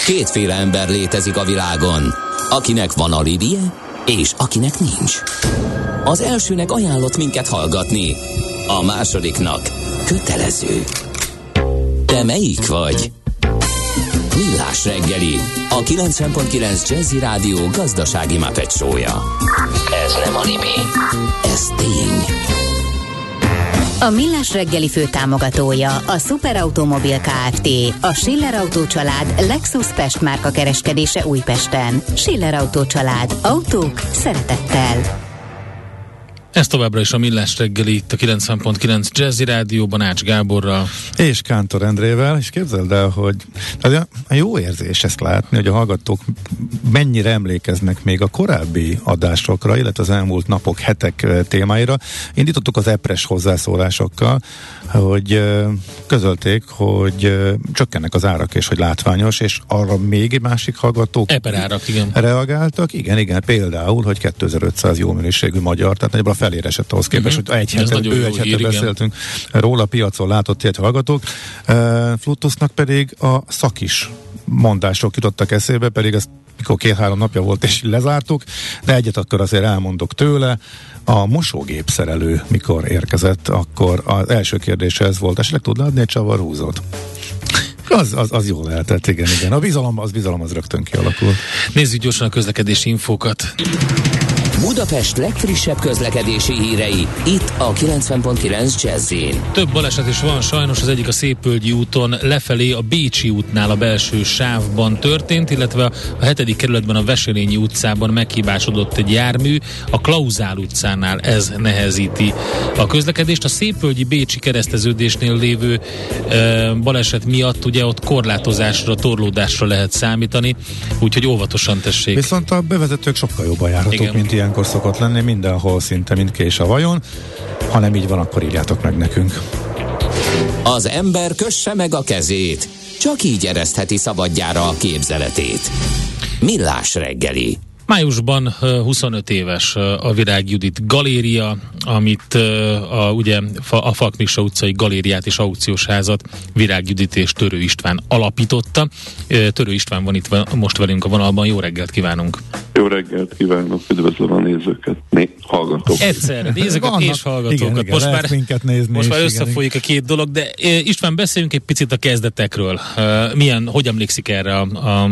Kétféle ember létezik a világon, akinek van alibije, és akinek nincs. Az elsőnek ajánlott minket hallgatni, a másodiknak kötelező. Te melyik vagy? Millás reggeli, a 90.9 Jazzy Rádió gazdasági Muppet show-ja. Ez nem anime, ez tény. A Millás reggeli főtámogatója a Superautomobil Kft. A Schiller Autó család Lexus Pest márka kereskedése Újpesten. Schiller Autó család. Autók szeretettel. Ez továbbra is a Millás reggeli itt a 90.9 Jazzy Rádióban Ács Gáborral. És Kántor Endrével, és képzeld el, hogy a jó érzés ezt látni, hogy a hallgatók mennyire emlékeznek még a korábbi adásokra, illetve az elmúlt napok, hetek témáira. Indítottuk az EPRES hozzászólásokkal, hogy közölték, hogy csökkennek az árak, és hogy látványos, és arra még egy másik hallgatók árak, igen. Reagáltak. Igen, például, hogy 2500 jó minőségű magyar, tehát nagyjából a felére esett ahhoz képest, hogy egy hete beszéltünk róla, piacon látott ilyet hallgatók. Flutusnak pedig a szakis mondások jutottak eszébe, pedig ezt mikor 2-3 napja volt, és lezártuk, de egyet akkor azért elmondok tőle. A mosógépszerelő mikor érkezett, akkor az első kérdése ez volt, esetleg tud adni egy csavarhúzót? Az jól lehetett, igen. A bizalom az rögtön kialakul. Nézzük gyorsan a közlekedési infókat. Budapest legfrissebb közlekedési hírei, itt a 90.9 Jazz-in. Több baleset is van sajnos, az egyik a Szépvölgyi úton lefelé a Bécsi útnál a belső sávban történt, illetve a 7. kerületben a Veselényi utcában meghibásodott egy jármű, a Klauzál utcánál ez nehezíti a közlekedést. A Szépvölgyi Bécsi kereszteződésnél lévő baleset miatt ugye ott korlátozásra, torlódásra lehet számítani, úgyhogy óvatosan tessék. Viszont a bevezetők sokkal jobban járhatók, mint ilyenkor szokott lenni, mindenhol szinte, mint kés a vajon. Ha nem így van, akkor írjátok meg nekünk. Az ember kösse meg a kezét, csak így eresztheti szabadjára a képzeletét. Millás reggeli. Májusban 25 éves a Virág Judit galéria, amit ugye a Falk Miksa utcai galériát és aukciós házat Virág Judit és Törő István alapította. Törő István van itt most velünk a vonalban. Jó reggelt kívánunk! Jó reggelt kívánok, üdvözlöm a nézőket, hallgatókat. Egyszerre nézőket és hallgatókat. Igen, most már összefolyik a két dolog, de István, beszéljünk egy picit a kezdetekről. Hogy emlékszik erre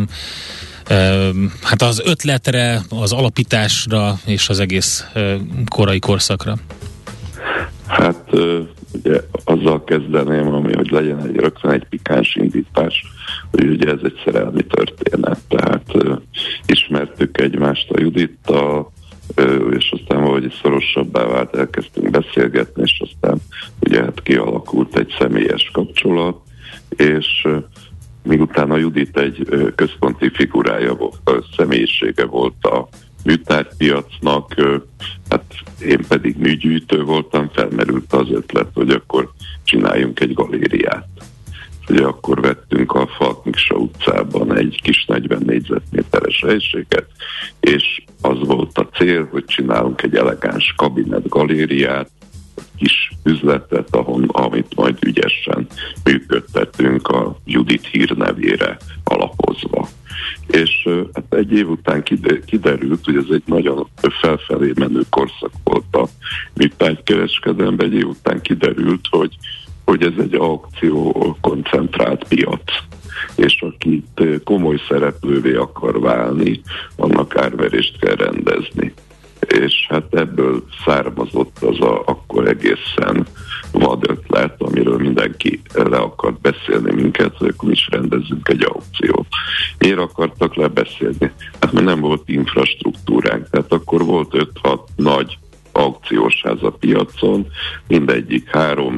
hát az ötletre, az alapításra és az egész korai korszakra? Hát ugye azzal kezdeném, hogy legyen rögtön egy pikáns indítás, hogy ugye ez egy szerelmi történet, tehát ismertük egymást a Judittal, és aztán valahogy szorosabbá vált, elkezdtünk beszélgetni, és aztán ugye hát kialakult egy személyes kapcsolat, és miután a Judit egy központi figurája volt, személyisége volt a műtárgypiacnak, hát én pedig műgyűjtő voltam, felmerült az ötlet, hogy akkor csináljunk egy galériát. Ugye akkor vettünk a Falk Miksa utcában egy kis 40 négyzetméteres helyiséget, és az volt a cél, hogy csinálunk egy elegáns kabinet galériát, kis üzletet, amit majd ügyesen működtetünk a Judit hírnevére alapozva. És hát egy év után kiderült, hogy ez egy nagyon felfelé menő korszak volt a műtárgykereskedelemben, egy év után kiderült, hogy ez egy aukció koncentrált piac, és aki komoly szereplővé akar válni, annak árverést kell rendezni. És hát ebből származott az akkor egészen vad ötlet, amiről mindenki le akart beszélni minket, hogy akkor is rendezzünk egy aukciót. Miért akartak lebeszélni? Hát mert nem volt infrastruktúránk, tehát akkor volt 5-6 nagy aukciós ház a piacon, mindegyik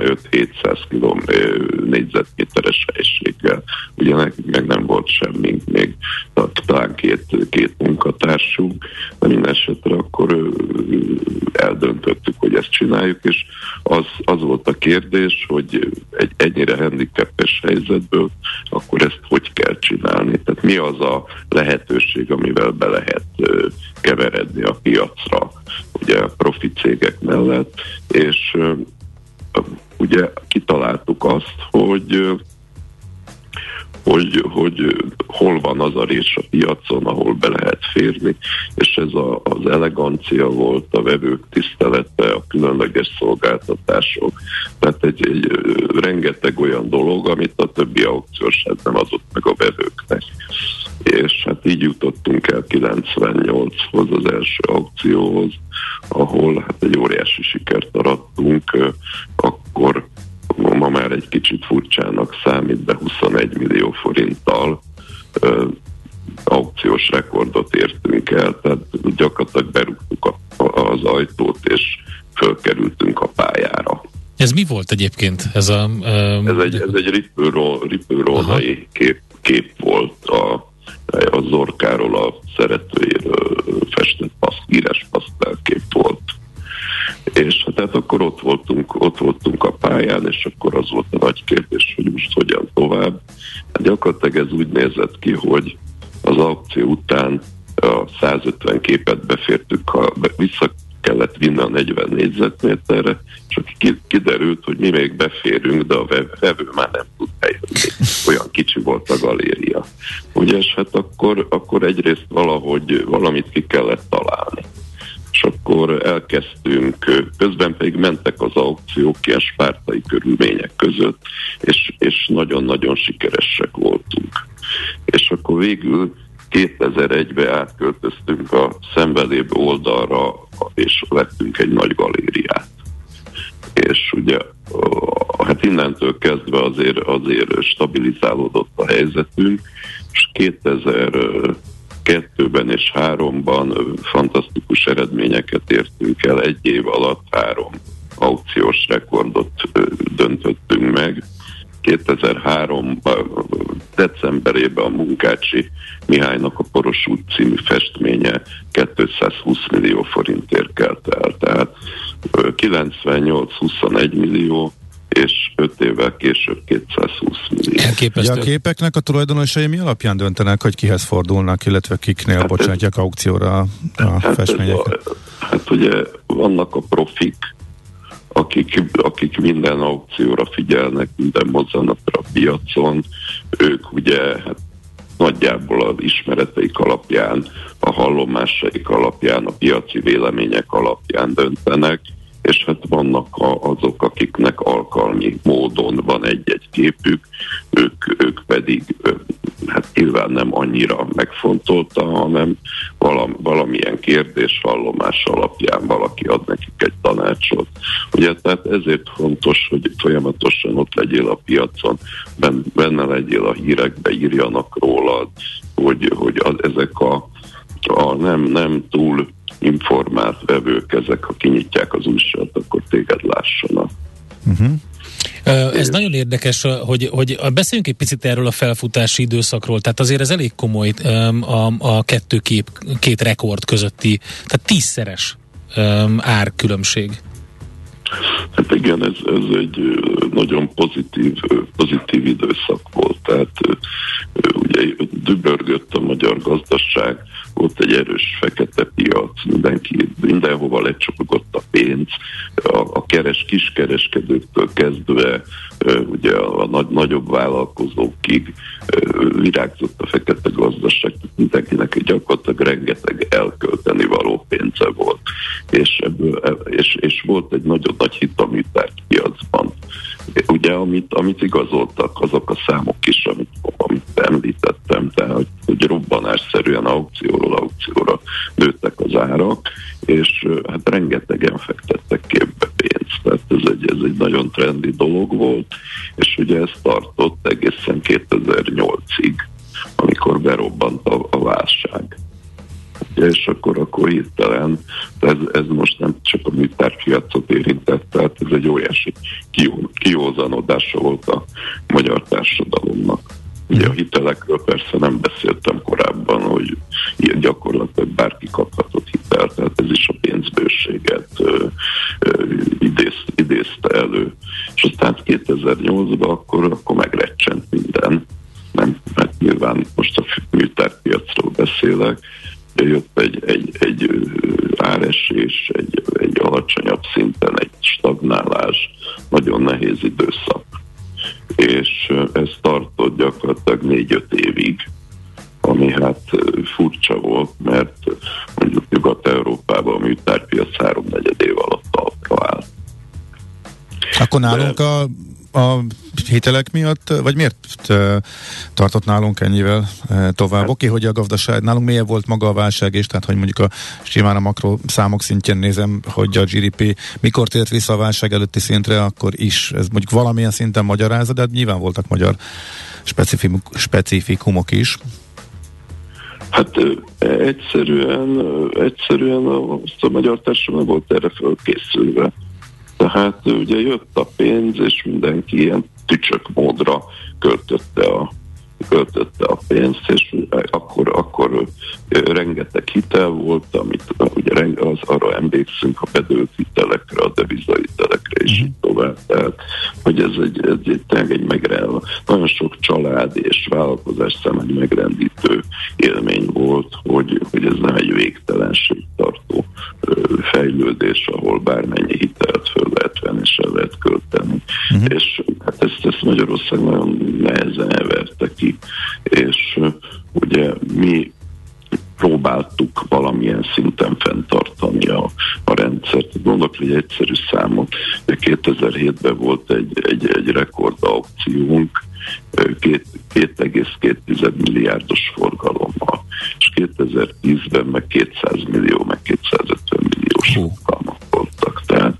3-5-700 négyzetméteres helyiséggel. Ugye nekünk meg nem volt semmink, még talán két munkatársunk, de minden esetre akkor eldöntöttük, hogy ezt csináljuk, és az volt a kérdés, hogy egy ennyire handicapes helyzetből akkor ezt hogy kell csinálni. Tehát mi az a lehetőség, amivel be lehet keveredni a piacra, ugye a profi cégek mellett, és ugye kitaláltuk azt, hogy hol van az a rés a piacon, ahol be lehet férni, és ez az elegancia volt, a vevők tisztelete, a különleges szolgáltatások, tehát egy rengeteg olyan dolog, amit a többi aukciós nem adott meg a vevőknek. És hát így jutottunk el 98-hoz, az első aukcióhoz, ahol hát egy óriási sikert arattunk, akkor ma már egy kicsit furcsának számít, de 21 millió forinttal aukciós rekordot értünk el, tehát gyakorlatilag berúgtuk az ajtót, és fölkerültünk a pályára. Ez mi volt egyébként? Ez egy ripőrónai kép volt a Zorkáról, a szeretőjéről festett híres pasztelkép volt. És hát akkor ott voltunk a pályán, és akkor az volt a nagy kérdés, hogy most hogyan tovább. Hát gyakorlatilag ez úgy nézett ki, hogy az aukció után a 150 képet befértük, vissza kellett vinni a 40 négyzetméterre, és kiderült, hogy mi még beférünk, de a vevő már nem tud eljönni. Olyan kicsi volt a galéria. Ugye, és hát akkor egyrészt valamit ki kellett találni. És akkor elkezdtünk, közben pedig mentek az aukciók ilyen spártai körülmények között, és nagyon-nagyon sikeresek voltunk. És akkor végül 2001-ben átköltöztünk a szembelévő oldalra, és vettünk egy nagy galériát. És ugye, hát innentől kezdve azért stabilizálódott a helyzetünk, és 2002-ben és 2003-ban fantasztikus eredményeket értünk el, egy év alatt 3 aukciós rekordot döntöttünk meg. 2003 decemberében a Munkácsi Mihálynak a Poros út című festménye 220 millió forintért kelt el. Tehát 98 21 millió, és 5 évvel később 220 millió. Elképesztő. A képeknek a tulajdonosai mi alapján döntenek, hogy kihez fordulnak, illetve kiknél bocsátják aukcióra a festményeket? Hát ugye vannak a profik, akik minden aukcióra figyelnek, minden mozzanatra a piacon, ők ugye hát nagyjából az ismereteik alapján, a hallomásaik alapján, a piaci vélemények alapján döntenek, és hát vannak azok, akiknek alkalmi módon van egy-egy képük, ők pedig hát nyilván nem annyira megfontolta, hanem valamilyen kérdés hallomás alapján valaki ad nekik egy tanácsot. Ugye, tehát ezért fontos, hogy folyamatosan ott legyél a piacon, benne legyél a hírekbe, írjanak rólad, hogy ezek a nem túl informált vevők, ezek, ha kinyitják az újságot, akkor téged lássanak. Ez nagyon érdekes, hogy beszéljünk egy picit erről a felfutási időszakról, tehát azért ez elég komoly a két rekord közötti, tehát 10-szeres árkülönbség. Hát igen, ez egy nagyon pozitív időszak volt, tehát ugye dübörgött a magyar gazdaság, volt egy erős fekete piac, mindenhova lecsorgott a pénz, a kiskereskedőktől kezdve ugye a nagyobb vállalkozókig virágzott a fekete gazdaság, mindenkinek gyakorlatilag rengeteg elkölteni való pénze volt, és volt egy nagyon nagy hit a műtárgypiacban. Ugye, amit igazoltak azok a számok is, amit említettem, tehát hogy robbanásszerűen aukcióra nőttek az árak, és hát rengetegen fektettek képbe pénzt. Tehát ez egy nagyon trendi dolog volt, és ugye ez tartott egészen 2008-ig, amikor berobbant a válság. És akkor hirtelen, ez most nem csak a műtárgypiacot érintett, tehát ez egy óriási kiózanodása volt a magyar társadalomnak. Ugye a hitelekről persze nem beszéltem korábban, hogy ilyen gyakorlatilag bárki kaphatott hitelt, tehát ez is a pénzbőséget idézte elő. És aztán 2008-ban akkor megrecsent minden. Mert nyilván most a műtárgypiacról beszélek, jött egy áresés, egy alacsonyabb szinten, egy stagnálás, nagyon nehéz időszak. és ez tartott gyakorlatilag 4-5 évig, ami hát furcsa volt, mert mondjuk Nyugat-Európában a műtárpiac 3-4 év alatt talpra áll. Akkor nálunk a hitelek miatt, vagy miért tartott nálunk ennyivel tovább? Oké, hogy a gazdaság, nálunk milyen volt maga a válság, és tehát, hogy mondjuk simán a makro számok szintjén nézem, hogy a GDP mikor tért vissza a válság előtti szintre, akkor is ez mondjuk valamilyen szinten magyarázza, de nyilván voltak magyar specifikumok is. Hát egyszerűen a magyar társadalom volt erre fölkészülve. Tehát ugye jött a pénz, és mindenki ilyen tücsök módra költötte a pénzt, és akkor rengeteg hitel volt, amit ugye arra emlékszünk a bedőlt hitelekre, a devizahitelekre és így tovább. Tehát, hogy ez egy nagyon sok család és vállalkozás számára egy megrendítő élmény volt, hogy ez nem egy végtelenség tartó fejlődés, ahol bármennyi hitelt föl lehet venni és el lehet költeni. És hát ezt Magyarország nagyon nehezen everte ki, és ugye mi próbáltuk valamilyen szinten fenntartani a rendszert. Gondolok, hogy egy egyszerű számot. 2007-ben volt egy rekordaukciónk 2,2 milliárdos forgalommal, és 2010-ben meg 200 millió, meg 250 milliós forgalmak voltak. Tehát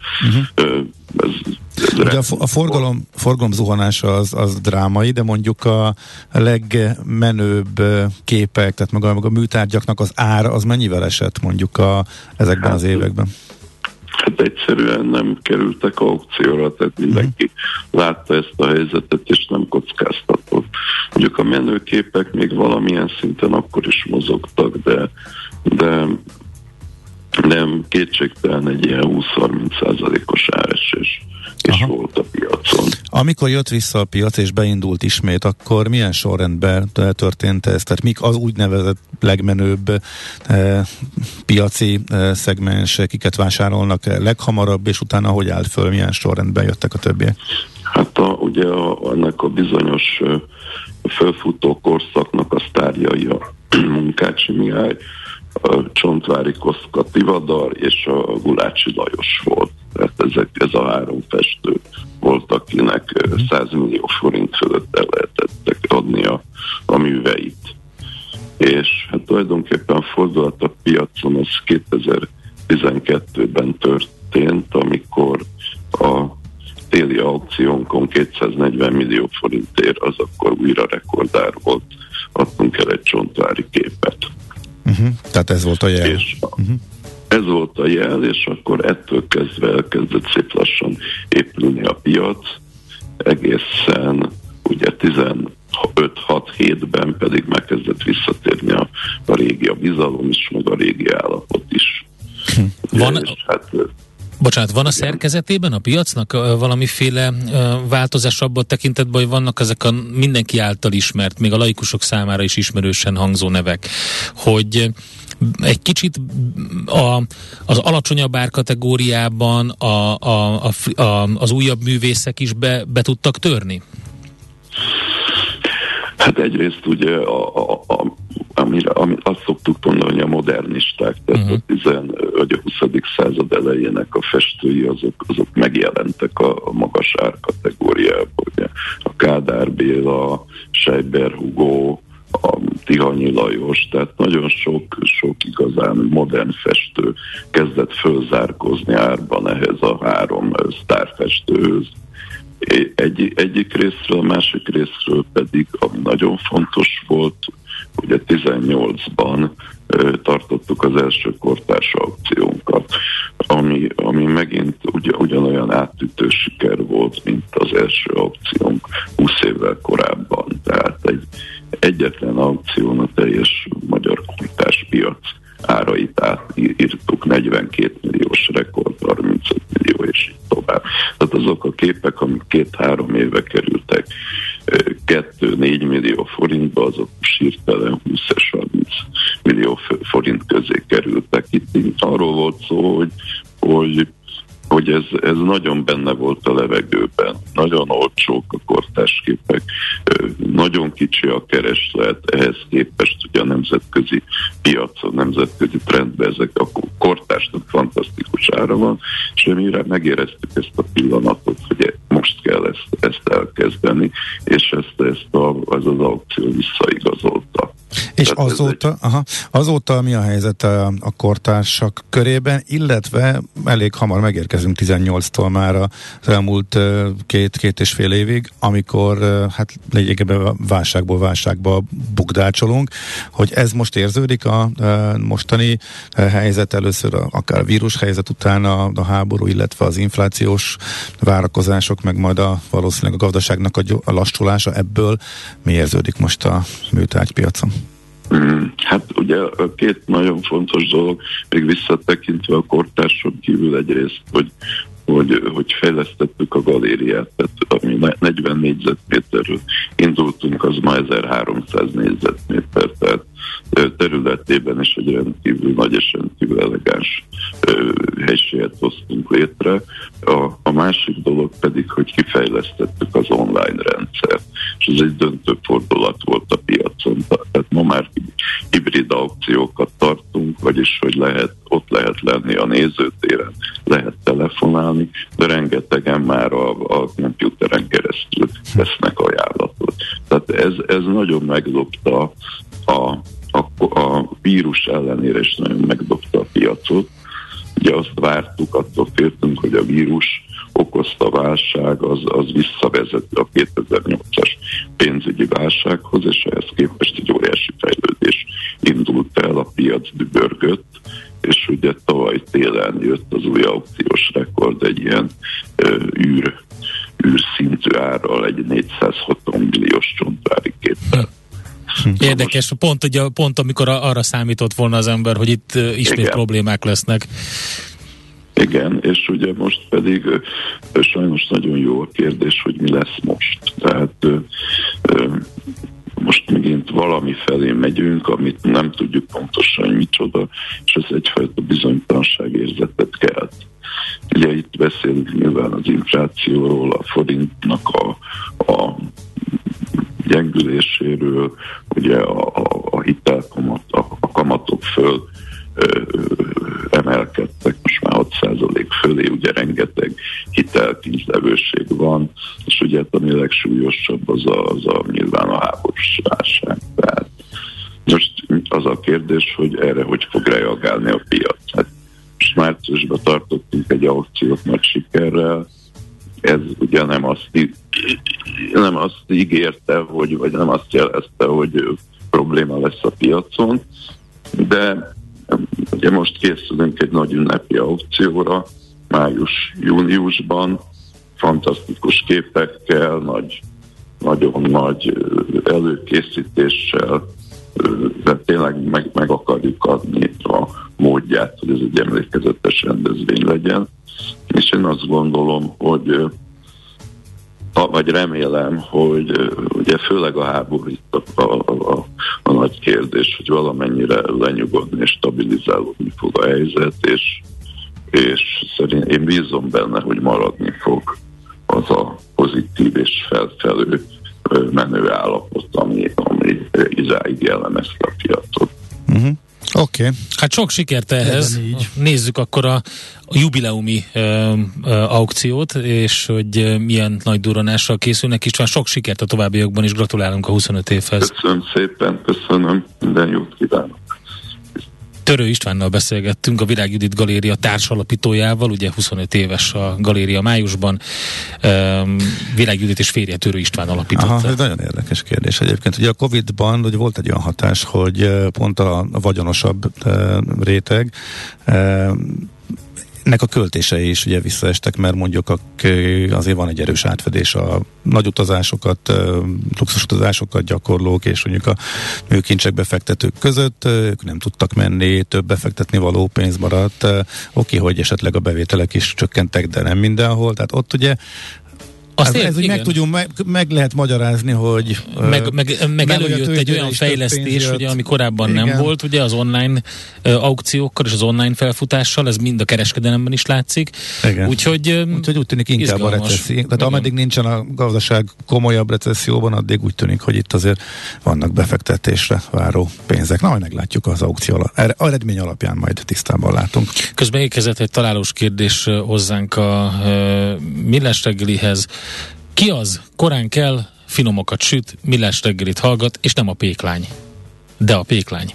ugye a forgalom zuhanása az drámai, de mondjuk a legmenőbb képek, tehát maga a műtárgyaknak az ára, az mennyivel esett mondjuk ezekben az években? Hát egyszerűen nem kerültek aukcióra, tehát mindenki látta ezt a helyzetet, és nem kockáztatott. Mondjuk a menőképek még valamilyen szinten akkor is mozogtak, de nem kétségtelen egy ilyen 20-30%-os áresés is volt a piacon. Amikor jött vissza a piac és beindult ismét, akkor milyen sorrendben történt ez? Tehát mik az úgynevezett legmenőbb piaci szegmensek, kiket vásárolnak leghamarabb, és utána hogy állt föl, milyen sorrendben jöttek a többiek? Hát ugye ennek a bizonyos fölfutó korszaknak a sztárjai a Munkácsi Mihály, a Csontvári Kosztka Tivadar és a Gulácsi Lajos volt. Tehát ez a három festő volt, akinek 100 millió forint fölött el lehetett adni a műveit. És hát tulajdonképpen fordulat a piacon az 2012-ben történt, amikor a téli aukciónkon 240 millió forintért, az akkor újra rekordár volt, adtunk el egy Csontvári képet. Tehát ez volt a jel. És ez volt a jel, és akkor ettől kezdve elkezdett szép lassan épülni a piac, egészen ugye 15-6-7-ben pedig megkezdett visszatérni a régi a bizalom is, meg a régi állapot is. Van a szerkezetében a piacnak valamiféle változás abban tekintetben, hogy vannak ezek a mindenki által ismert, még a laikusok számára is ismerősen hangzó nevek, hogy egy kicsit az alacsonyabb árkategóriában az újabb művészek is be tudtak törni? Hát egyrészt ugye azt szoktuk mondani, a modernisták, tehát a 20. század elejének a festői, azok megjelentek a magas árkategóriában, ugye a Kádár Béla, a Scheiber Hugo, a Tihanyi Lajos, tehát nagyon sok igazán modern festő kezdett fölzárkózni árban ehhez a három sztárfestőhöz. Egyik részről, a másik részről pedig, ami nagyon fontos volt, ugye 18-ban tartottuk az első kortárs aukciónkat, ami megint ugyanolyan átütő siker volt, mint az első aukciónk 20 évvel korábban. Tehát egyetlen aukción a teljes magyar kortárs piac árait átírtuk, 42 milliós rekord, 35 millió és így tovább. Tehát azok a képek, amik 2-3 éve kerültek 2-4 millió forintba, azok hirtelen 20 és 30 millió forint közé kerültek. Itt arról volt szó, hogy hogy ez nagyon benne volt a levegőben. Nagyon olcsók a kortársképek, nagyon kicsi a kereslet, ehhez képest ugye a nemzetközi piacon, nemzetközi trendben ezek a kortársnak fantasztikus ára van, és mire megéreztük ezt a pillanatot, hogy most kell ezt elkezdeni, és ezt az aukció visszaigazolta. És azóta mi a helyzet a kortársak körében, illetve elég hamar megérkezünk 18-tól már az elmúlt két és fél évig, amikor hát lényegében válságba bukdácsolunk, hogy ez most érződik a mostani helyzet, először akár a vírushelyzet, utána a háború, illetve az inflációs várakozások, meg majd valószínűleg a gazdaságnak a lassulása, ebből mi érződik most a műtárgypiacon? Hát ugye két nagyon fontos dolog, még visszatekintve a kortárson kívül egyrészt, hogy fejlesztettük a galériát, tehát ami 40 négyzetméterről indultunk, az ma 1300 négyzetméter, tehát területében is egy rendkívül nagy és rendkívül elegáns helységet hoztunk létre. A másik dolog pedig, hogy kifejlesztettük az online rendszert, és ez egy döntő fordulat volt a piacon. Tehát ma már hibrid aukciókat tartunk, vagyis hogy ott lehet lenni a nézőtéren, lehet telefonálni, de rengetegen már a kompjúteren keresztül vesznek ajánlatot. Tehát ez nagyon megdobta a vírus ellenére is nagyon megdobta a piacot. Ugye azt vártuk, attól féltünk, hogy a vírus okozta válság, az visszavezet a 2008-as pénzügyi válsághoz, és ehhez képest egy óriási fejlődés indult el, a piac dübörgött, és ugye tavaly télen jött az új aukciós rekord egy ilyen űrszintű árral, egy 460 milliós Csontvári képpel. Érdekes, pont amikor arra számított volna az ember, hogy itt ismét problémák lesznek. Igen, és ugye most pedig sajnos nagyon jó a kérdés, hogy mi lesz most. Tehát most megint valami felé megyünk, amit nem tudjuk pontosan, hogy micsoda, és ez egyfajta bizonytalanságérzetet kelt. Ugye itt beszélünk nyilván az inflációról, a forintnak a gyengüléséről, ugye a hitelkamat, a kamatok föl emelkedtek, most már 6% fölé, ugye rengeteg hitelkínzlevőség van, és ugye ami legsúlyosabb az nyilván a háborús válság. Tehát most az a kérdés, hogy erre hogy fog reagálni a piac. Hát most márciusban tartottunk egy aukciót nagy sikerrel, ez ugye nem azt ígérte, vagy nem azt jelezte, hogy probléma lesz a piacon, de ugye most készülünk egy nagy ünnepi aukcióra, május-júniusban, fantasztikus képekkel, nagyon nagy előkészítéssel, de tényleg meg akarjuk adni a módját, hogy ez egy emlékezetes rendezvény legyen. És én azt gondolom, vagy remélem, hogy ugye főleg a háború itt a nagy kérdés, hogy valamennyire lenyugodni és stabilizálódni fog a helyzet, és szerint én bízom benne, hogy maradni fog az a pozitív és felfelő menő állapot, ami idáig jellemezte a piacot. Uh-huh. Oké. Hát sok sikert ehhez. Nézzük akkor a jubileumi aukciót, és hogy milyen nagy durranással készülnek. István, sok sikert a továbbiakban is, gratulálunk a 25 évhez. Köszönöm szépen, köszönöm, minden jót kívánok. Törő Istvánnal beszélgettünk, a Virág Judit Galéria társalapítójával, ugye 25 éves a galéria májusban. Virág Judit és férje Törő István alapította. Aha, ez nagyon érdekes kérdés egyébként. Ugye a Covid-ban ugye volt egy olyan hatás, hogy pont a vagyonosabb réteg nek a költései is ugye visszaestek, mert mondjuk azért van egy erős átfedés a nagy utazásokat, luxus utazásokat gyakorlók és mondjuk a műkincsek befektetők között, ők nem tudtak menni, több befektetni való pénz maradt. Oké, hogy esetleg a bevételek is csökkentek, de nem mindenhol, tehát ott ugye Ez úgy meg lehet magyarázni, hogy meg előjött egy olyan fejlesztés, ugye, ami korábban nem volt, ugye az online aukciókkal és az online felfutással, ez mind a kereskedelemben is látszik. Úgyhogy úgy tűnik inkább a recesszió. Tehát ameddig nincsen a gazdaság komolyabb recesszióban, addig úgy tűnik, hogy itt azért vannak befektetésre váró pénzek. Na, majd meglátjuk az aukció eredmény alapján, majd tisztában látunk. Közben érkezett egy találós kérdés hozzánk a Millás reggelihez. Ki az? Korán kell, finomokat süt, Millás reggelit hallgat, és nem a péklány. De a péklány.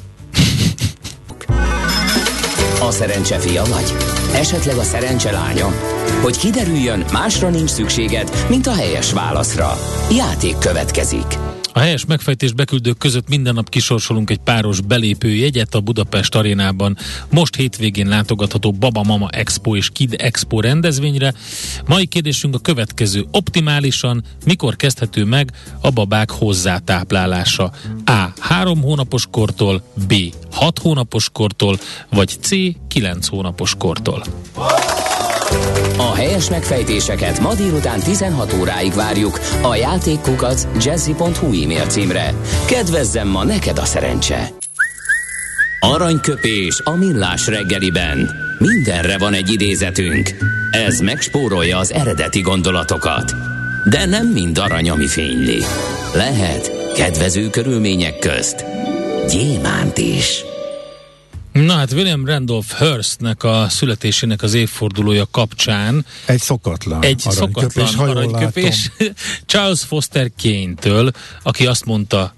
A szerencse fia vagy? Esetleg a szerencse lánya? Hogy kiderüljön, másra nincs szükséged, mint a helyes válaszra. Játék következik. A helyes megfejtést beküldők között minden nap kisorsolunk egy páros belépőjegyet a Budapest Arénában. Most hétvégén látogatható Baba Mama Expo és Kid Expo rendezvényre. Mai kérdésünk a következő. Optimálisan mikor kezdhető meg a babák hozzátáplálása? A. 3 hónapos kortól, B. 6 hónapos kortól, vagy C. 9 hónapos kortól. A helyes megfejtéseket ma délután 16 óráig várjuk a játékkukac@jazzy.hu e-mail címre. Kedvezzem ma neked a szerencse! Aranyköpés a Millás reggeliben. Mindenre van egy idézetünk. Ez megspórolja az eredeti gondolatokat. De nem mind arany, ami fényli. Lehet kedvező körülmények közt gyémánt is. Na hát William Randolph Hearstnek a születésének az évfordulója kapcsán egy szokatlan aranyköpés Charles Foster Kane-től, aki azt mondta,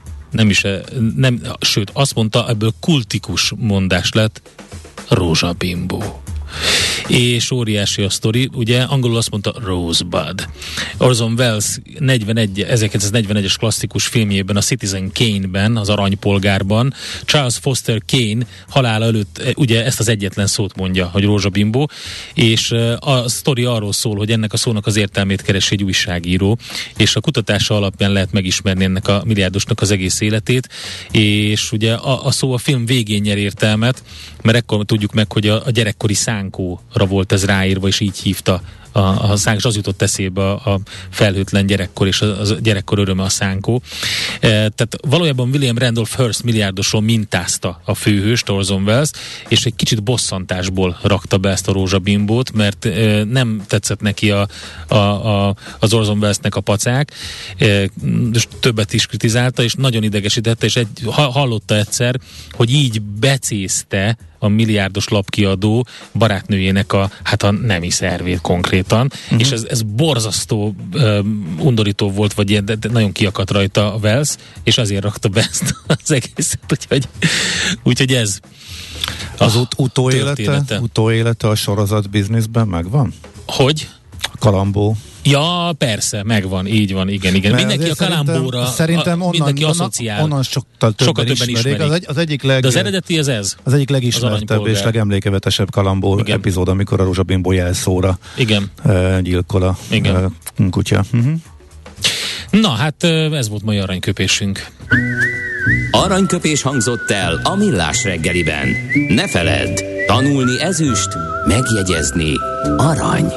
azt mondta, ebből kultikus mondás lett, rózsabimbó. És óriási a sztori, ugye angolul azt mondta Rosebud. Orson Welles 1941-es klasszikus filmjében, a Citizen Kane-ben, az Aranypolgárban Charles Foster Kane halála előtt ugye ezt az egyetlen szót mondja, hogy rózsabimbó, és a sztori arról szól, hogy ennek a szónak az értelmét keresi egy újságíró, és a kutatása alapján lehet megismerni ennek a milliárdosnak az egész életét, és ugye a szó a film végén nyer értelmet, mert ekkor tudjuk meg, hogy a gyerekkori szánkóra volt ez ráírva, és így hívta a szánk, és az jutott eszébe a felhőtlen gyerekkor, és a gyerekkor öröme a szánkó. Tehát valójában William Randolph Hearst milliárdosról mintázta a főhőst, Orson Welles, és egy kicsit bosszantásból rakta be ezt a rózsabimbót, mert nem tetszett neki az Orson Wellesnek a pacák, és többet is kritizálta, és nagyon idegesítette, és hallotta egyszer, hogy így becézte a milliárdos lapkiadó barátnőjének a nemi szervét konkrétan, és ez borzasztó undorító volt, vagy ilyen, de nagyon kiakadt rajta a Wells, és azért rakta be ezt az egészet, úgyhogy ez az utóélete a sorozat bizniszben megvan? Hogy? Kalambó. Ja, persze, megvan, így van, igen. Mindenki a Kalambóra, szerintem mindenki asszociál. Onnan sokkal többen ismerik. De az eredeti ez. Az egyik legismertebb és legemlékevetesebb Kalambó epizód, amikor a rózsabimbó jelszóra gyilkol a kutya. Na, hát ez volt mai aranyköpésünk. Aranyköpés hangzott el a Millás reggeliben. Ne feledd, tanulni ezüst, megjegyezni arany.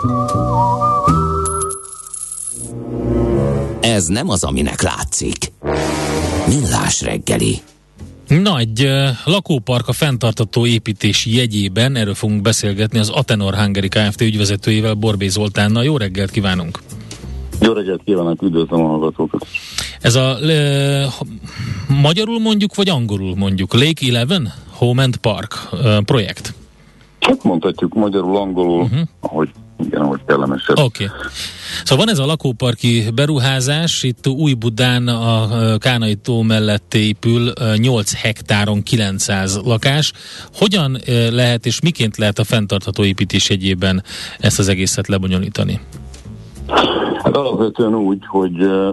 Ez nem az, aminek látszik. Millás reggeli. Nagy lakópark a fenntartható építés jegyében, erről fogunk beszélgetni az Atenor Hungary Kft. Ügyvezetőjével, Borbély Zoltánnal. Jó reggelt kívánunk! Jó reggelt kívánok, üdvözlöm a hallgatókat! Ez a magyarul mondjuk, vagy angolul mondjuk? Lake 11 Home and Park projekt? Hát mondhatjuk magyarul, angolul, ahogy kellemesebb. Oké. Szóval van ez a lakóparki beruházás, itt Újbudán a Kánai tó mellett épül 8 hektáron 900 lakás. Hogyan lehet és miként lehet a fenntartható építés jegyében ezt az egészet lebonyolítani? Hát alapvetően úgy, hogy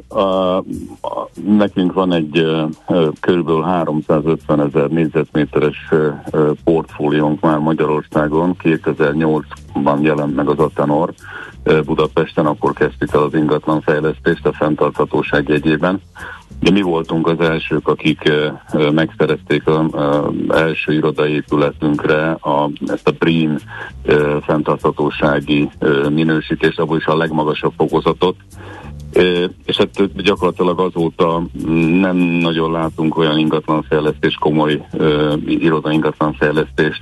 nekünk van egy körülbelül 350 000 négyzetméteres portfóliónk már Magyarországon. 2008-ban jelent meg az Atenor Budapesten, akkor kezdtük el az ingatlanfejlesztést a fenntarthatóság jegyében. De mi voltunk az elsők, akik megszerezték az első irodaépületünkre ezt a BREEAM fenntarthatósági minősítést, abból is a legmagasabb fokozatot. És hát gyakorlatilag azóta nem nagyon látunk olyan ingatlanfejlesztést, komoly iroda ingatlanfejlesztést,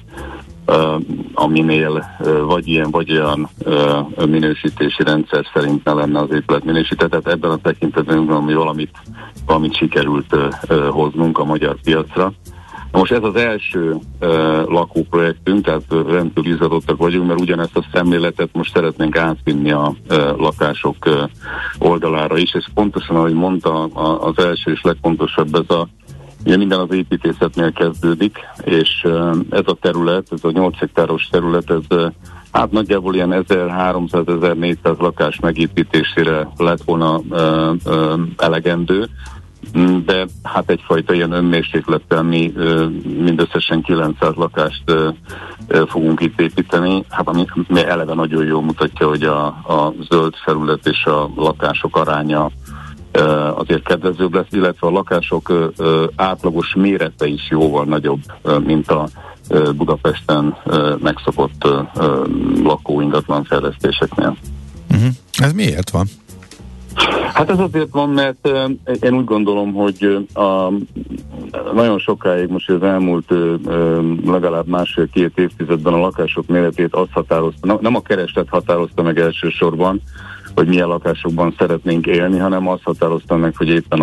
aminél vagy ilyen, vagy olyan minősítési rendszer szerint ne lenne az épület minősített. Tehát ebben a tekintetben valamit sikerült hoznunk a magyar piacra. Most ez az első lakóprojektünk, tehát rendkívül izgatottak vagyunk, mert ugyanezt a szemléletet most szeretnénk átvinni a lakások oldalára is, és pontosan, ahogy mondta, az első és legfontosabb ugye minden az építészetnél kezdődik, és ez a terület, ez a 8 hektáros terület, ez hát nagyjából ilyen 1300-1400 lakás megépítésére lett volna elegendő, de hát egyfajta ilyen önmérséklettel mi mindösszesen 900 lakást fogunk itt építeni, hát ami eleve nagyon jól mutatja, hogy a zöld felület és a lakások aránya azért kedvezőbb lesz, illetve a lakások átlagos mérete is jóval nagyobb, mint a Budapesten megszokott lakóingatlan fejlesztéseknél. Ez miért van? Hát ez azért van, mert én úgy gondolom, hogy nagyon sokáig most az elmúlt legalább másfél-két évtizedben a lakások méretét azt határozta, nem a kereslet határozta meg elsősorban, hogy milyen lakásokban szeretnénk élni, hanem azt határozta meg, hogy éppen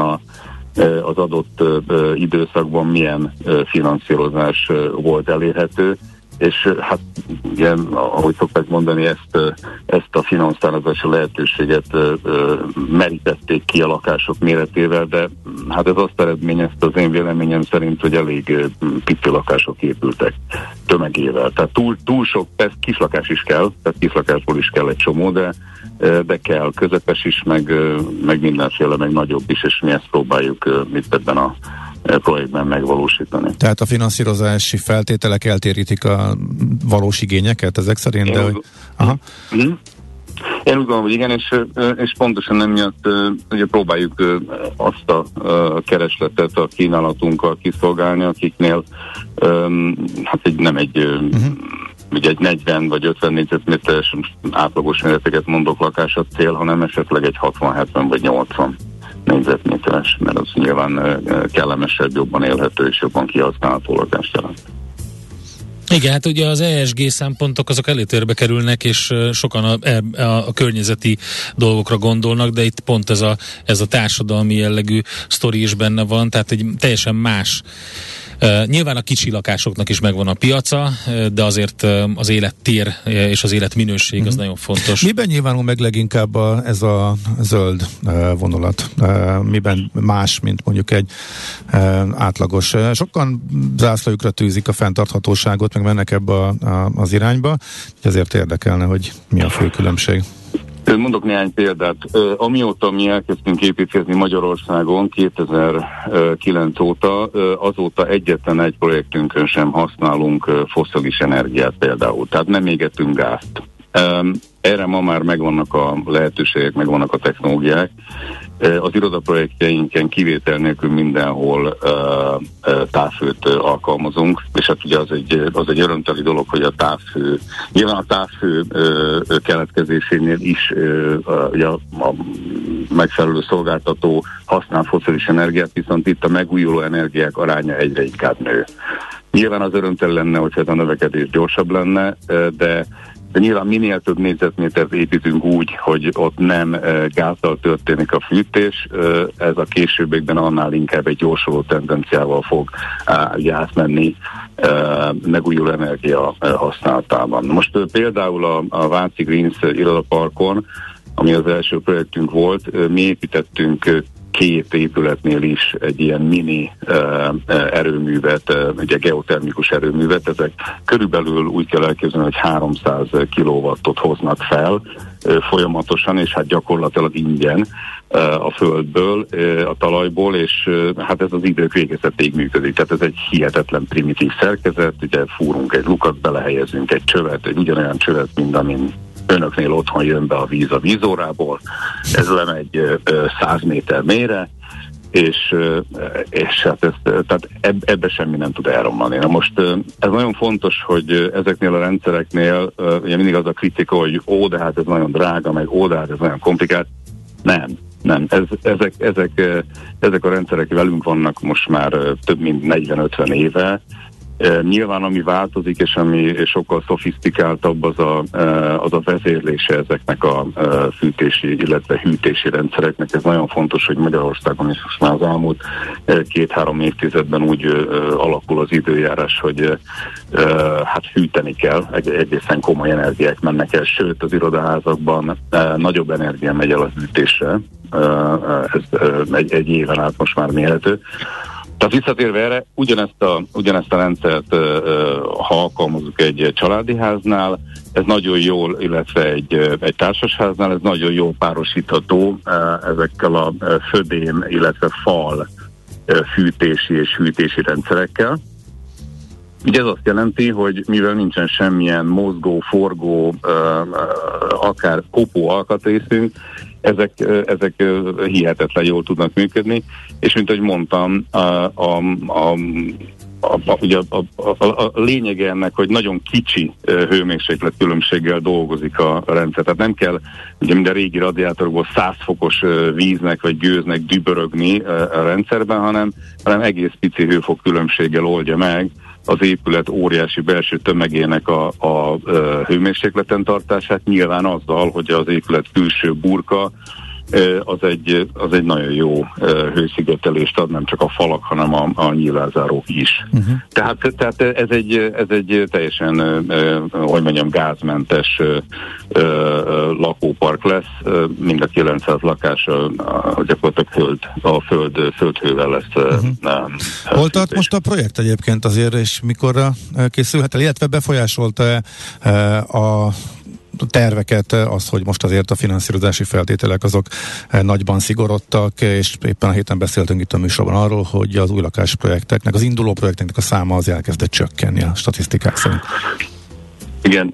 az adott időszakban milyen finanszírozás volt elérhető, és hát igen, ahogy szokták mondani, ezt a finanszírozási lehetőséget merítették ki a lakások méretével, de hát ez azt eredményezte az én véleményem szerint, hogy elég pici lakások épültek tömegével. Tehát túl sok, persze kislakás is kell, tehát kislakásból is kell egy csomó, de kell közepes is, meg mindenféle, meg nagyobb is, és mi ezt próbáljuk itt ebben a projektben megvalósítani. Tehát a finanszírozási feltételek eltérítik a valós igényeket ezek szerint? Én úgy gondolom, hogy igen, és pontosan emiatt ugye próbáljuk azt a keresletet a kínálatunkkal kiszolgálni, akiknél hát ugye egy 40 vagy 50 négyzetméteres átlagos méreteket mondok lakás a cél, hanem esetleg egy 60-70 vagy 80 négyzetméteres, mert az nyilván kellemesebb, jobban élhető és jobban kihasználható lakást jelent. Igen, hát ugye az ESG szempontok azok előtérbe kerülnek, és sokan a környezeti dolgokra gondolnak, de itt pont ez a társadalmi jellegű sztori is benne van, tehát egy teljesen más. Nyilván a kicsi lakásoknak is megvan a piaca, de azért az élettér és az életminőség az nagyon fontos. Miben nyilvánul meg leginkább ez a zöld vonulat? Miben más, mint mondjuk egy átlagos? Sokan zászlajukra tűzik a fenntarthatóságot, meg mennek ebbe az irányba, ezért érdekelne, hogy mi a fő különbség. Mondok néhány példát. Amióta mi elkezdtünk építkezni Magyarországon 2009 óta, azóta egyetlen egy projektünkön sem használunk fosszilis energiát például, tehát nem égetünk gázt. Erre ma már megvannak a lehetőségek, megvannak a technológiák. Az irodaprojektjeinken kivétel nélkül mindenhol távfőt alkalmazunk, és hát ugye az egy örömteli dolog, hogy a távfő, nyilván a távfő keletkezésénél is ugye a megfelelő szolgáltató használ fosszilis energiát, viszont itt a megújuló energiák aránya egyre inkább nő. Nyilván az örömteli lenne, hogyha ez a növekedés gyorsabb lenne, de nyilván minél több négyzetmétert építünk úgy, hogy ott nem gázzal történik a fűtés, ez a későbbiekben annál inkább egy gyorsuló tendenciával fog átmenni megújuló energia használatában. Most például a Váci Greens irodaparkon, ami az első projektünk volt, mi építettünk 2 épületnél is egy ilyen mini erőművet, ugye geotermikus erőművet, ezek körülbelül úgy kell elképzelni, hogy 300 kilowattot hoznak fel folyamatosan, és hát gyakorlatilag ingyen a földből, a talajból, és hát ez az idők végezetéig működik. Tehát ez egy hihetetlen primitív szerkezet, ugye fúrunk egy lukat, belehelyezünk egy csövet, egy ugyanolyan csövet, mint amin önöknél otthon jön be a víz a vízórából, ez lemegy 100 méter mélyre, és hát tehát ebbe semmi nem tud elromlani. Na most ez nagyon fontos, hogy ezeknél a rendszereknél ugye mindig az a kritika, hogy de hát ez nagyon drága, meg de hát ez nagyon komplikált. Nem. Ezek a rendszerek velünk vannak most már több mint 40-50 éve. Nyilván ami változik, és ami sokkal szofisztikáltabb az a vezérlése ezeknek a fűtési, illetve hűtési rendszereknek. Ez nagyon fontos, hogy Magyarországon is most már az elmúlt 2-3 évtizedben úgy alakul az időjárás, hogy hát hűteni kell, egészen komoly energiák mennek el, sőt az irodaházakban nagyobb energia megy el a hűtésre, ez egy éven át most már mérhető. Tehát visszatérve erre, ugyanezt a rendszert, ha alkalmazunk egy családi háznál, ez nagyon jól, illetve egy társasháznál, ez nagyon jól párosítható ezekkel a födém, illetve fal fűtési és hűtési rendszerekkel. Ugye ez azt jelenti, hogy mivel nincsen semmilyen mozgó, forgó, akár kopó alkatrészünk, ezek hihetetlen jól tudnak működni, és mint ahogy mondtam, ugye a lényege ennek, hogy nagyon kicsi hőmérséklet különbséggel dolgozik a rendszer. Tehát nem kell ugye minden régi radiátorokból 100 fokos víznek vagy gőznek dübörögni a rendszerben, hanem egész pici hőfok különbséggel oldja meg az épület óriási belső tömegének a hőmérsékleten tartását, nyilván azzal, hogy az épület külső burka az egy nagyon jó hőszigetelést ad, nem csak a falak, hanem a nyílászárók is. Tehát ez egy teljesen, hogy mondjam, gázmentes lakópark lesz, mind a 900 lakás gyakorlatilag földhővel lesz. Hol tart most a projekt egyébként azért, és mikorra készülhet el, illetve befolyásolta a terveket az, hogy most azért a finanszírozási feltételek azok nagyban szigorodtak, és éppen a héten beszéltünk itt a műsorban arról, hogy az új lakásprojekteknek, az induló projekteknek a száma az elkezdett csökkenni a statisztikák szerint. Igen,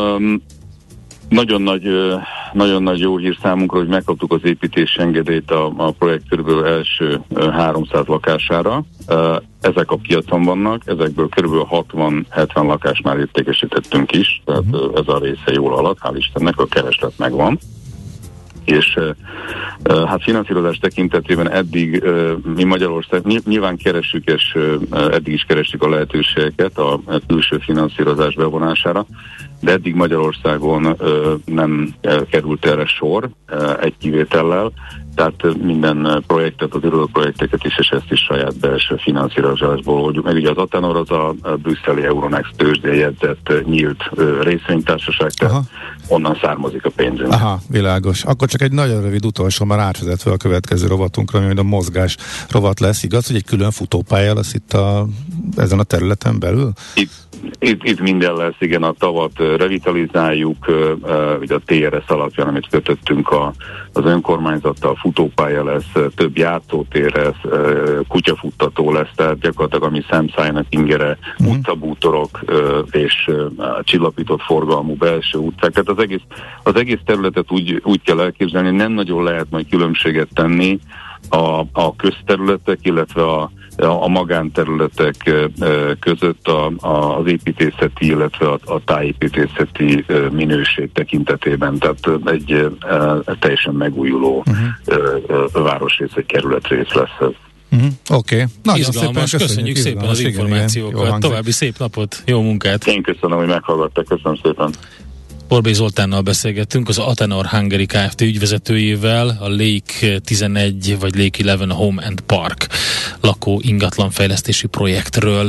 nagyon nagy jó hír számunkra, hogy megkaptuk az építési engedélyt a projekt körülbelül első 300 lakására. Ezek a piacon vannak, ezekből körülbelül 60-70 lakást már értékesítettünk is, tehát ez a része jól halad, hál' Istennek, a kereslet megvan. És hát finanszírozás tekintetében eddig mi Magyarország nyilván keresünk, és eddig is keressük a lehetőségeket a külső finanszírozás bevonására, de eddig Magyarországon nem került erre sor, egy kivétellel, tehát minden projektet, az irodaprojekteket is, és ezt is saját belső finanszírozásból oldjuk meg. Ugye az Atenor az a brüsszeli Euronext tőzsdén jegyzett nyílt részvénytársaság, tehát onnan származik a pénzünk. Aha, világos. Akkor csak egy nagyon rövid utolsó, már átvezetve a következő rovatunkra, ami a mozgás rovat lesz. Igaz, hogy egy külön futópálya lesz itt ezen a területen belül? Itt minden lesz, igen, a tavat revitalizáljuk, ugye a TRS alapján, amit kötöttünk az önkormányzattal, futópálya lesz, több játszótér lesz, kutyafuttató lesz, tehát gyakorlatilag ami szemszájnak ingere, utcabútorok és csillapított forgalmú belső utcák. Tehát az egész területet úgy kell elképzelni, hogy nem nagyon lehet majd különbséget tenni a közterületek, illetve a magánterületek között az építészeti, illetve a tájépítészeti minőség tekintetében. Tehát egy teljesen megújuló városrész, egy kerületrész lesz ez. Oké. Nagyon szépen köszönjük szépen az információkat. További szép napot, jó munkát! Én köszönöm, hogy meghallgattak, köszönöm szépen! Borbély Zoltánnal beszélgettünk, az Atenor Hungary Kft. Ügyvezetőjével, a Lake 11 vagy Lake 11 Home and Park lakó ingatlanfejlesztési projektről.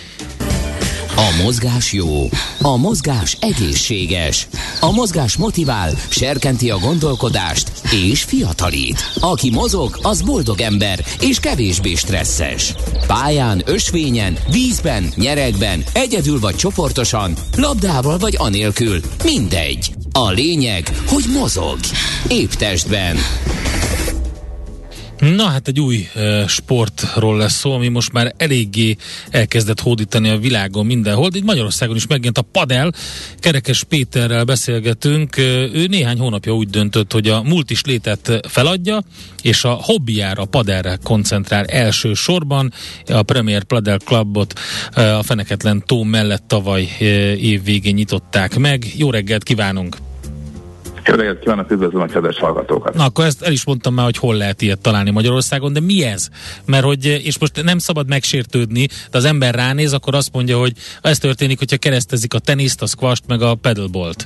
A mozgás jó, a mozgás egészséges, a mozgás motivál, serkenti a gondolkodást és fiatalít. Aki mozog, az boldog ember és kevésbé stresszes. Pályán, ösvényen, vízben, nyeregben, egyedül vagy csoportosan, labdával vagy anélkül, mindegy. A lényeg, hogy mozog. Épp testben. Na hát egy új sportról lesz szó, ami most már eléggé elkezdett hódítani a világon mindenhol, de itt Magyarországon is megjelent a padel. Kerekes Péterrel beszélgetünk. Ő néhány hónapja úgy döntött, hogy a multis létet feladja, és a hobbiára, a padelre koncentrál elsősorban. A Premier Padel Clubot a Feneketlen tó mellett tavaly év végén nyitották meg. Jó reggelt kívánunk! Jó reggelt kívánok, üdvözlöm a kedves hallgatókat! Na, akkor ezt el is mondtam már, hogy hol lehet ilyet találni Magyarországon, de mi ez? Mert hogy, és most nem szabad megsértődni, de az ember ránéz, akkor azt mondja, hogy ez történik, hogyha keresztezik a teniszt, a squasht, meg a paddlebolt.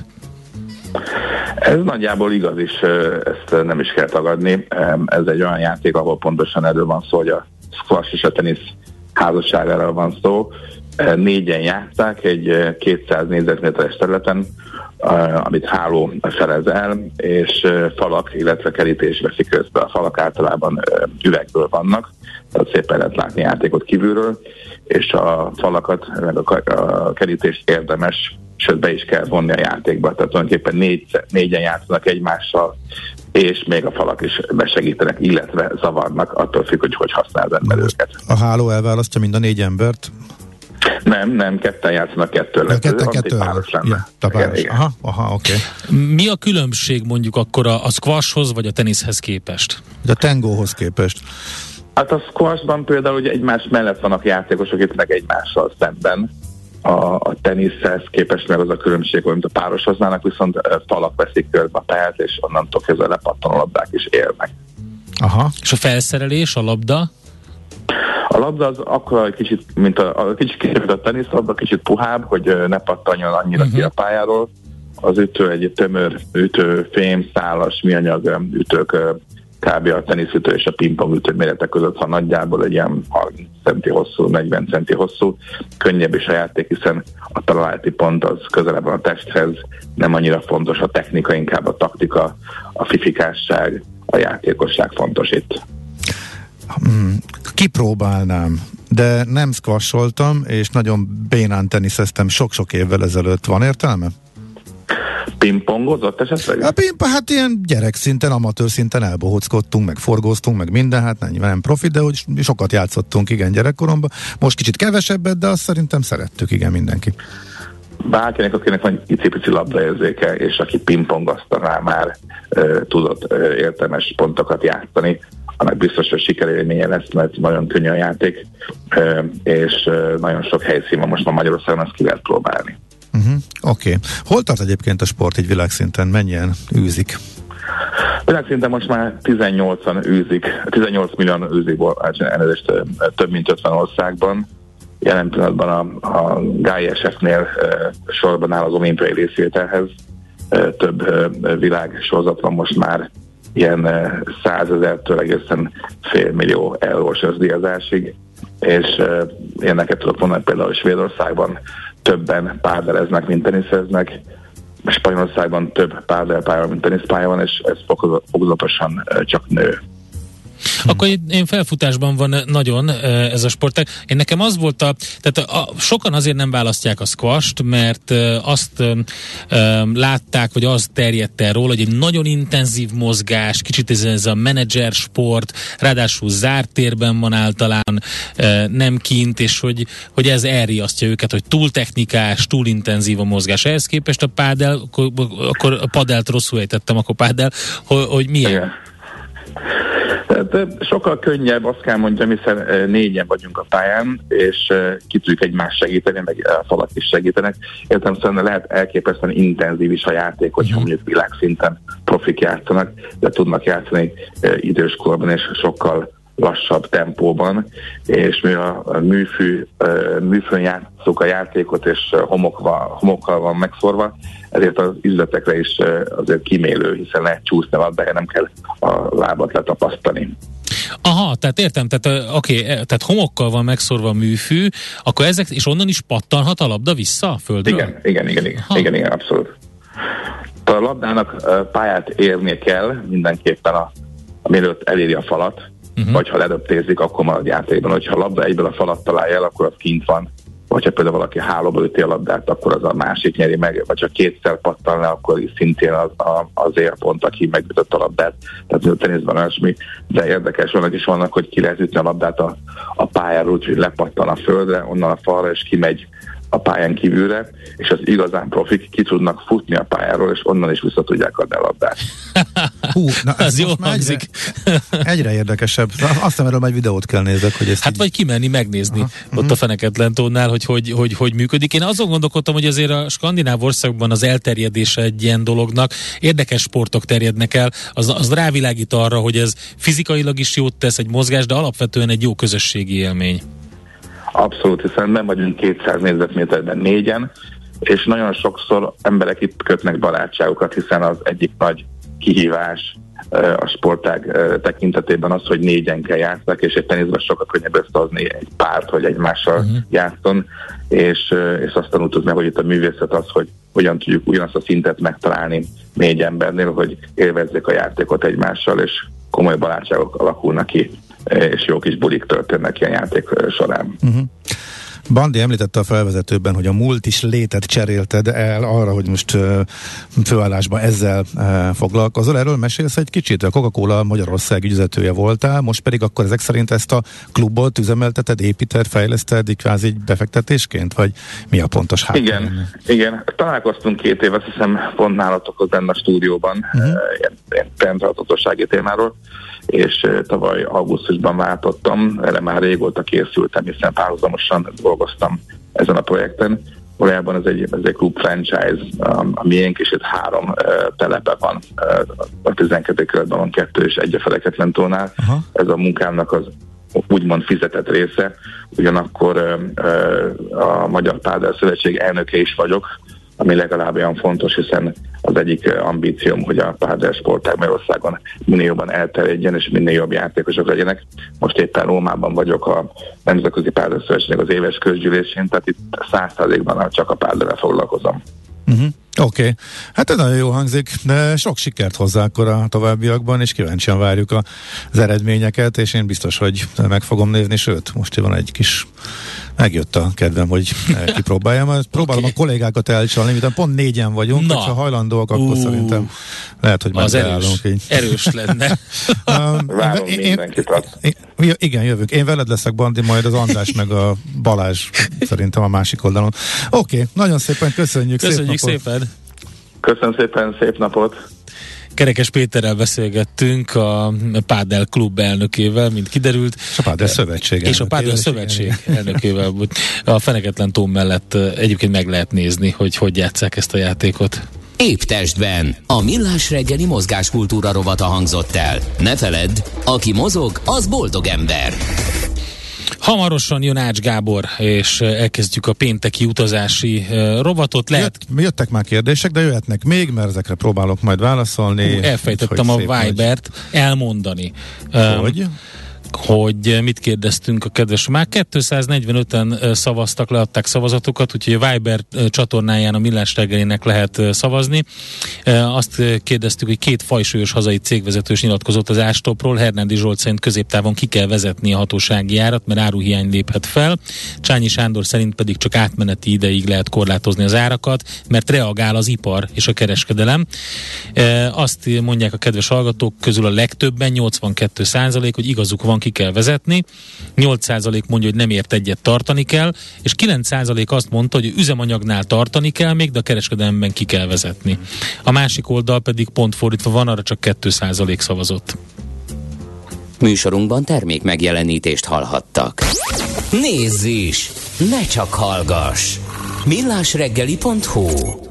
Ez nagyjából igaz is, ezt nem is kell tagadni. Ez egy olyan játék, ahol pontosan erről van szó, hogy a squash és a tenisz házasságáról van szó. 4-en játszák egy 200 négyzetméteres területen, amit háló felez el, és falak, illetve kerítés veszi közbe. A falak általában üvegből vannak, tehát szépen lehet látni játékot kívülről, és a falakat, meg a kerítést érdemes, sőt be is kell vonni a játékba. Tehát tulajdonképpen négyen játszanak egymással, és még a falak is besegítenek, illetve zavarnak, attól függ, hogy használ az ember őket. A háló elválasztja mind a 4 embert? Nem, ketten játszanak kettő. Kettő páros lenne. Ja, igen. Aha, oké. Mi a különbség mondjuk akkor a squashhoz vagy a teniszhez képest? A tangóhoz képest? Hát a squashban például ugye egymás mellett vannak játékosok, itt meg egymással szemben. A teniszhez képest meg az a különbség, hogy mint a párosoznának, viszont falak veszik körbe a pályát, és onnantól kezdve lepattanó labdák is élnek. Aha. És a felszerelés, a labda? A labda az akkor egy kicsit, mint a teniszlabda, kicsit puhább, hogy ne pattanjon annyira ki a pályáról. Az ütő egy tömör ütő, fém, szálas, műanyag ütők, kb. A teniszütő és a pingpong ütő méretek között, ha nagyjából egy ilyen 30 centi hosszú, 40 centi hosszú, könnyebb is a játék, hiszen a találati pont az közelebb van a testhez, nem annyira fontos a technika, inkább a taktika, a fifikásság, a játékosság fontos itt. Kipróbálnám, de nem squasholtam, és nagyon bénán teniszeztem sok-sok évvel ezelőtt. Van értelme? Pingpongozott esetleg? Hát ilyen gyerekszinten, amatőr szinten elbohockodtunk, meg forgóztunk, meg minden, hát nem profi, de hogy sokat játszottunk, igen, gyerekkoromban. Most kicsit kevesebbet, de azt szerintem szerettük, igen, mindenki. Bárkinek, akinek van icipici labdaérzéke, és aki pingpongoztanál már tudott értelmes pontokat játszani, annak biztos, hogy sikerélménye lesz, mert nagyon könnyű a játék, és nagyon sok helyszín van most már Magyarországon, azt ki lehet próbálni. Oké. Hol tart egyébként a sport egy világszinten? Mennyien űzik? Világszinten most már 18 millióan űzik, több mint 50 országban. Jelen pillanatban a GAISF-nél sorban áll az olimpiai részvételhez. Több világsorozat van most már, ilyen 100 000-től egészen $500 000 eurós összdíjazásig, és én neked tudok mondani, például Svédországban többen párdeleznek, mint teniszeznek, Spanyolországban több párdelpálya, mint teniszpálya van, és ez fokozatosan csak nő. Akkor én felfutásban van nagyon ez a sportág. Én nekem az volt sokan azért nem választják a squasht, mert azt látták, vagy az terjedt el róla, hogy egy nagyon intenzív mozgás, kicsit ez a menedzser sport, ráadásul zárt térben van általán, nem kint, és hogy ez elriasztja őket, hogy túl technikás, túl intenzív a mozgás. Ehhez képest a pádel, akkor a padelt rosszul ejtettem, akkor pádel, hogy milyen? Igen. Tehát sokkal könnyebb, azt kell mondjam, hiszen 4-en vagyunk a pályán, és ki tudjuk egymást segíteni, meg a falak is segítenek. Értelemszerűen lehet elképesztően intenzív is a játék, hogyha mondjuk világszinten profik játszanak, de tudnak játszani időskorban és sokkal lassabb tempóban, és mi a műfőn játszunk a játékot, és homokkal van megszorva, ezért az üzletekre is azért kímélő, hiszen lehet csúszni a labdája, nem kell a lábat letapasztani. Aha, tehát értem, tehát homokkal van megszorva a műfű, akkor ezek, és onnan is pattanhat a labda vissza a földről? Igen, abszolút. A labdának pályát érnie kell mindenképpen, mielőtt eléri a falat, vagy ha ledöptézik, akkor marad játékban. Hogyha a labda egyből a falat találja el, akkor az kint van, vagy ha például valaki hálóba üti a labdát, akkor az a másik nyeri meg, vagy ha kétszer pattan le, akkor szintén az érpont, aki megütött a labdát. Tehát a teniszben olyasmi, de érdekes olyanok is vannak, hogy ki lehet ütni a labdát a pályáról, úgyhogy lepattan a földre, onnan a falra, és kimegy a pályán kívülre, és az igazán profik ki tudnak futni a pályáról, és onnan is vissza tudják adni a labdát. Ez jó hangzik. Egyre érdekesebb. Aztán erről egy videót kell nézzek, hogy ezt hát vagy kimenni, megnézni ott a Feneketlentónál, hogy működik. Én azon gondolkodtam, hogy azért a skandináv országban az elterjedése egy ilyen dolognak, érdekes sportok terjednek el, az rávilágít arra, hogy ez fizikailag is jót tesz, egy mozgás, de alapvetően egy jó közösségi élmény. Abszolút, hiszen nem vagyunk 200 négyzetméterben négyen, és nagyon sokszor emberek itt kötnek barátságokat, hiszen az egyik nagy kihívás a sportág tekintetében az, hogy négyen kell játszani, és egy teniszben sokkal könnyebb összehozni egy párt, hogy egymással játszon, és azt tanultuk meg, hogy itt a művészet az, hogy hogyan tudjuk ugyanazt a szintet megtalálni 4 embernél, hogy élvezzék a játékot egymással, és komoly barátságok alakulnak ki, és jó kis bulik történnek ilyen játék során. Bandi említette a felvezetőben, hogy a múlt is létet cserélted el arra, hogy most főállásban ezzel foglalkozol. Erről mesélsz egy kicsit? A Coca-Cola Magyarország ügyvezetője voltál, most pedig akkor ezek szerint ezt a klubot üzemelteted, építed, fejleszted, kvázi befektetésként? Vagy mi a pontos háttér? Igen. Találkoztunk 2 éve, azt hiszem pont nálatok benne a stúdióban, ilyen fenntarthatósági témáról, és tavaly augusztusban váltottam, erre már régóta készültem, hiszen párhuzamosan dolgoztam ezen a projekten. Valójában ez egy klub franchise, a miénk, és itt 3 telepe van, a 12. kerületben van 2 és 1 a Feneketlentónál. Ez a munkámnak az úgymond fizetett része, ugyanakkor a Magyar Pádel Szövetség elnöke is vagyok, ami legalább olyan fontos, hiszen az egyik ambícióm, hogy a pádel sportág Magyarországon minél jobban elterjedjen, és minél jobb játékosok legyenek. Most éppen Rómában vagyok a Nemzetközi Pádel Szövetségnek az éves közgyűlésén, tehát itt 100%-ban csak a páddellel foglalkozom. Oké. Hát ez nagyon jó hangzik, de sok sikert hozzá akkor a továbbiakban, és kíváncsian várjuk az eredményeket, és én biztos, hogy meg fogom nézni, sőt, most van egy kis megjött a kedvem, hogy kipróbáljam. Próbálom a kollégákat elcsalni, miután pont 4-en vagyunk, ha hajlandóak, akkor szerintem lehet, hogy már beállunk. Erős lenne. Várom mindenkit. Igen, jövök. Én veled leszek, Bandi, majd az András meg a Balázs szerintem a másik oldalon. Oké, nagyon szépen köszönjük. Köszönjük szépen. Köszönöm szépen, szép napot. Kerekes Péterrel beszélgettünk, a Pádel Klub elnökével, mint kiderült. És a Pádel Szövetség És a Pádel Szövetség elnökével. A Feneketlen-tó mellett egyébként meg lehet nézni, hogy játsszák ezt a játékot. Épp testben. A Millás reggeli mozgáskultúra rovata hangzott el. Ne feledd, aki mozog, az boldog ember. Hamarosan jön Ács Gábor, és elkezdjük a pénteki utazási rovatot. Jöttek már kérdések, de jöhetnek még, mert ezekre próbálok majd válaszolni. Elfejtettem a Vibert elmondani. Hogy mit kérdeztünk a kedves. Már 245-en szavaztak, leadták szavazatokat, úgyhogy a Viber csatornáján a Millás reggelének lehet szavazni. Azt kérdeztük, hogy 2 fajsúlyos hazai cégvezetős nyilatkozott az Ástopról. Hernádi Zsolt szerint középtávon ki kell vezetni a hatósági árat, mert áruhiány léphet fel. Csányi Sándor szerint pedig csak átmeneti ideig lehet korlátozni az árakat, mert reagál az ipar és a kereskedelem. Azt mondják a kedves hallgatók közül a legtöbben, 82%, hogy igazuk van, ki kell vezetni, 8% mondja, hogy nem ért egyet, tartani kell, és 9% azt mondta, hogy üzemanyagnál tartani kell még, de a kereskedelemben ki kell vezetni. A másik oldal pedig pont fordítva van, arra csak 2% szavazott. Műsorunkban termék megjelenítést hallhattak. Nézz is! Ne csak hallgass! millásreggeli.hu